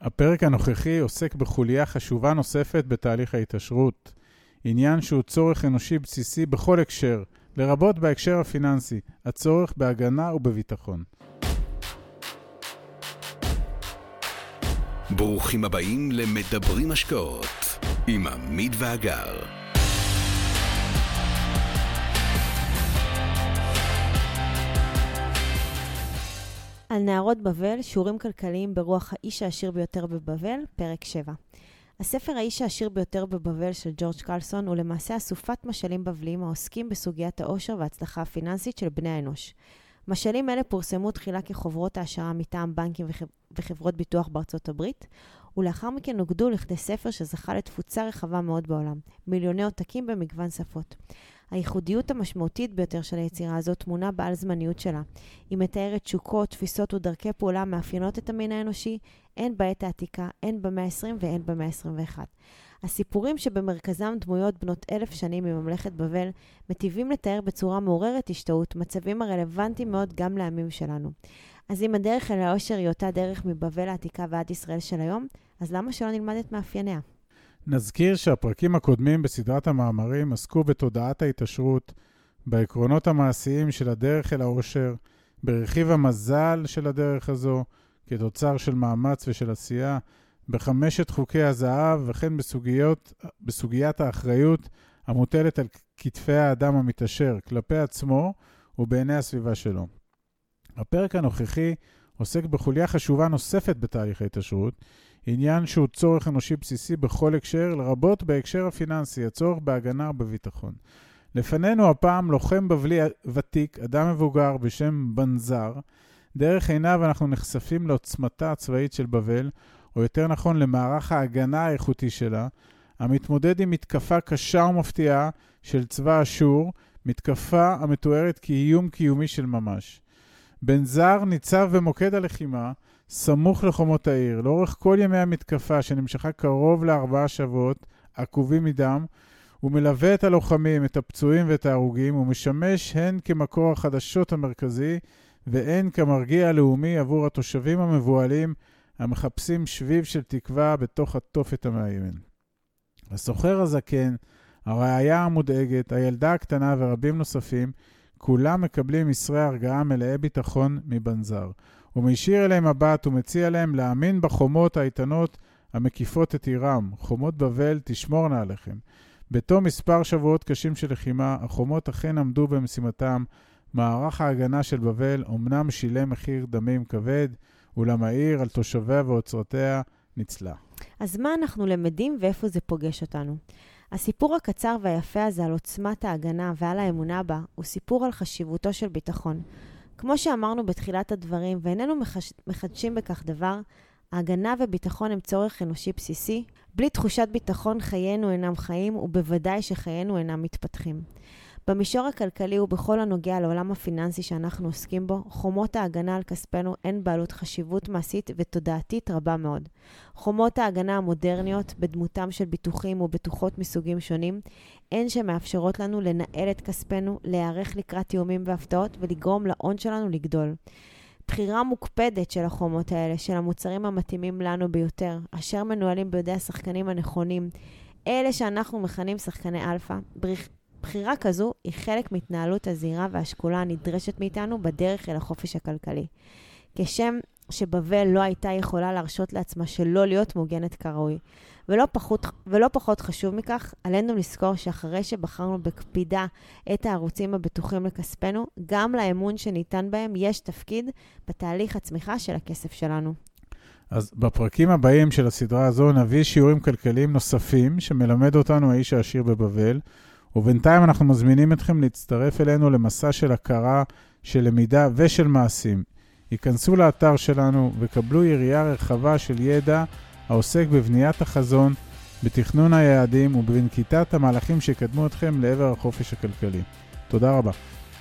הפרק הנוכחי עוסק בחוליה חשובה נוספת בתהליך ההתעשרות. עניין שהוא צורך אנושי בסיסי בכל הקשר, לרבות בהקשר הפיננסי, הצורך בהגנה ובביטחון. ברוכים הבאים למדברים השקעות עם עמית ואגר. על נערות בבל, שיעורים כלכליים ברוח האיש העשיר ביותר בבבל, פרק 7. הספר האיש העשיר ביותר בבבל של ג'ורג' קרלסון הוא למעשה אסופת משלים בבליים העוסקים בסוגיית העושר וההצלחה הפיננסית של בני האנוש. משלים אלה פורסמו תחילה כחוברות העשרה מטעם בנקים וחברות ביטוח בארצות הברית, ולאחר מכן נוגדו לכדי ספר שזכה לתפוצה רחבה מאוד בעולם, מיליוני עותקים במגוון שפות. הייחודיות המשמעותית ביותר של היצירה הזאת תמונה בעל זמניות שלה. היא מתארת תשוקות, תפיסות ודרכי פעולה מאפיינות את המין האנושי, הן בעת העתיקה, הן במאה ה-20 והן במאה ה-21. הסיפורים שבמרכזם דמויות בנות 1000 שנים מממלכת בבל, מטיבים לתאר בצורה מעוררת השתאות, מצבים הרלוונטיים מאוד גם לימים שלנו. אז אם הדרך אל העושר היא אותה דרך מבבל העתיקה ועד ישראל של היום, אז למה שלא נלמד את מאפייניה? נזכיר שהפרקים הקודמים בסדרת המאמרים עסקו בתודעת ההתעשרות, בעקרונות המעשיים של הדרך אל העושר, ברכיב המזל של הדרך הזו, כתוצר של מאמץ ושל עשייה, בחמשת חוקי הזהב וכן בסוגיית האחריות המוטלת על כתפי האדם המתעשר כלפי עצמו ובעיני הסביבה שלו. הפרק הנוכחי עוסק בחוליה חשובה נוספת בתהליך ההתעשרות, עניין שהוא צורך אנושי בסיסי בכל הקשר, לרבות בהקשר הפיננסי, הצורך בהגנה ובביטחון. לפנינו הפעם לוחם בבלי ותיק, אדם מבוגר בשם בנזר. דרך עיניו אנחנו נחשפים לעוצמתה הצבאית של בבל, או יותר נכון למערך ההגנה האיכותי שלה, המתמודד עם מתקפה קשה ומפתיעה של צבא אשור, מתקפה המתוארת כאיום קיומי של ממש. בנזר ניצב במוקד הלחימה, סמוך לחומות העיר, לאורך כל ימי המתקפה שנמשכה קרוב ל4 שבועות, עקובים מדם, הוא מלווה את הלוחמים, את הפצועים ואת ההרוגים, ומשמש הן כמקור החדשות המרכזי, והן כמרגיע הלאומי עבור התושבים המבועלים, המחפשים שביב של תקווה בתוך התופת המאיימן. הסוחר הזקן, הרעיה המודאגת, הילדה הקטנה ורבים נוספים, כולם מקבלים מסרי הרגעה מלאי ביטחון מבנזר. הוא מישיר אליהם מבט ומציע להם להאמין בחומות האיתנות המקיפות את עירם. חומות בבל תשמורנה עליכם. בתום מספר שבועות קשים של לחימה, החומות אכן עמדו במשימתם. מערך ההגנה של בבל אומנם שילם מחיר דמים כבד, אולם העיר על תושביה ואוצרותיה ניצלה. אז מה אנחנו למדים ואיפה זה פוגש אותנו? הסיפור הקצר והיפה הזה על עוצמת ההגנה ועל האמונה בה, הוא סיפור על חשיבותו של ביטחון. כמו שאמרנו בתחילת הדברים, ואיננו מחדשים בכך דבר, ההגנה וביטחון הם צורך אנושי בסיסי. בלי תחושת ביטחון חיינו אינם חיים, ובוודאי שחיינו אינם מתפתחים. במישור הכלכלי ובכל הנוגע לעולם הפיננסי שאנחנו עוסקים בו, חומות ההגנה על כספנו הן בעלות חשיבות מעשית ותודעתית רבה מאוד. חומות ההגנה המודרניות, בדמותם של ביטוחים ובטוחות מסוגים שונים, הן שמאפשרות לנו לנהל את כספנו, להיערך לקראת איומים והפתעות ולגרום להון שלנו לגדול. בחירה מוקפדת של החומות האלה, של המוצרים המתאימים לנו ביותר, אשר מנוהלים בידי השחקנים הנכונים, אלה שאנחנו מכנים שחקני אלפא, בחירה כזו היא חלק מהתנהלות הזהירה והשקולה הנדרשת מאיתנו בדרך אל החופש הכלכלי. כשם שבבל לא הייתה יכולה להרשות לעצמה שלא להיות מוגנת כראוי. ולא פחות חשוב מכך, עלינו לזכור שאחרי שבחרנו בקפידה את הערוצים הבטוחים לכספנו, גם לאמון שניתן בהם יש תפקיד בתהליך הצמיחה של הכסף שלנו. אז בפרקים הבאים של הסדרה הזו נביא שיעורים כלכליים נוספים שמלמד אותנו האיש העשיר בבבל, ובינתיים אנחנו מזמינים אתכם להצטרף אלינו למסע של הכרה, של למידה ושל מעשים. ייכנסו לאתר שלנו וקבלו יריעה רחבה של ידע העוסק בבניית החזון, בתכנון היעדים ובנקיטת המהלכים שיקדמו אתכם לעבר החופש הכלכלי. תודה רבה.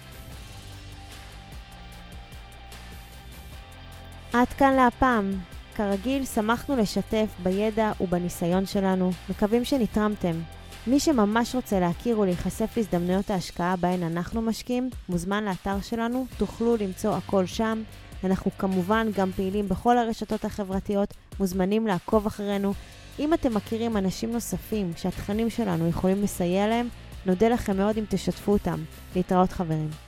עד כאן להפעם. כרגיל, שמחנו לשתף בידע ובניסיון שלנו. מקווים שנתרמתם. מי שממש רוצה להכיר ולהיחשף להזדמנויות ההשקעה בהן אנחנו משקיעים, מוזמן לאתר שלנו, תוכלו למצוא הכל שם. אנחנו כמובן גם פעילים בכל הרשתות החברתיות, מוזמנים לעקוב אחרינו. אם אתם מכירים אנשים נוספים שהתכנים שלנו יכולים לסייע להם, נודה לכם מאוד אם תשתפו אותם. להתראות חברים.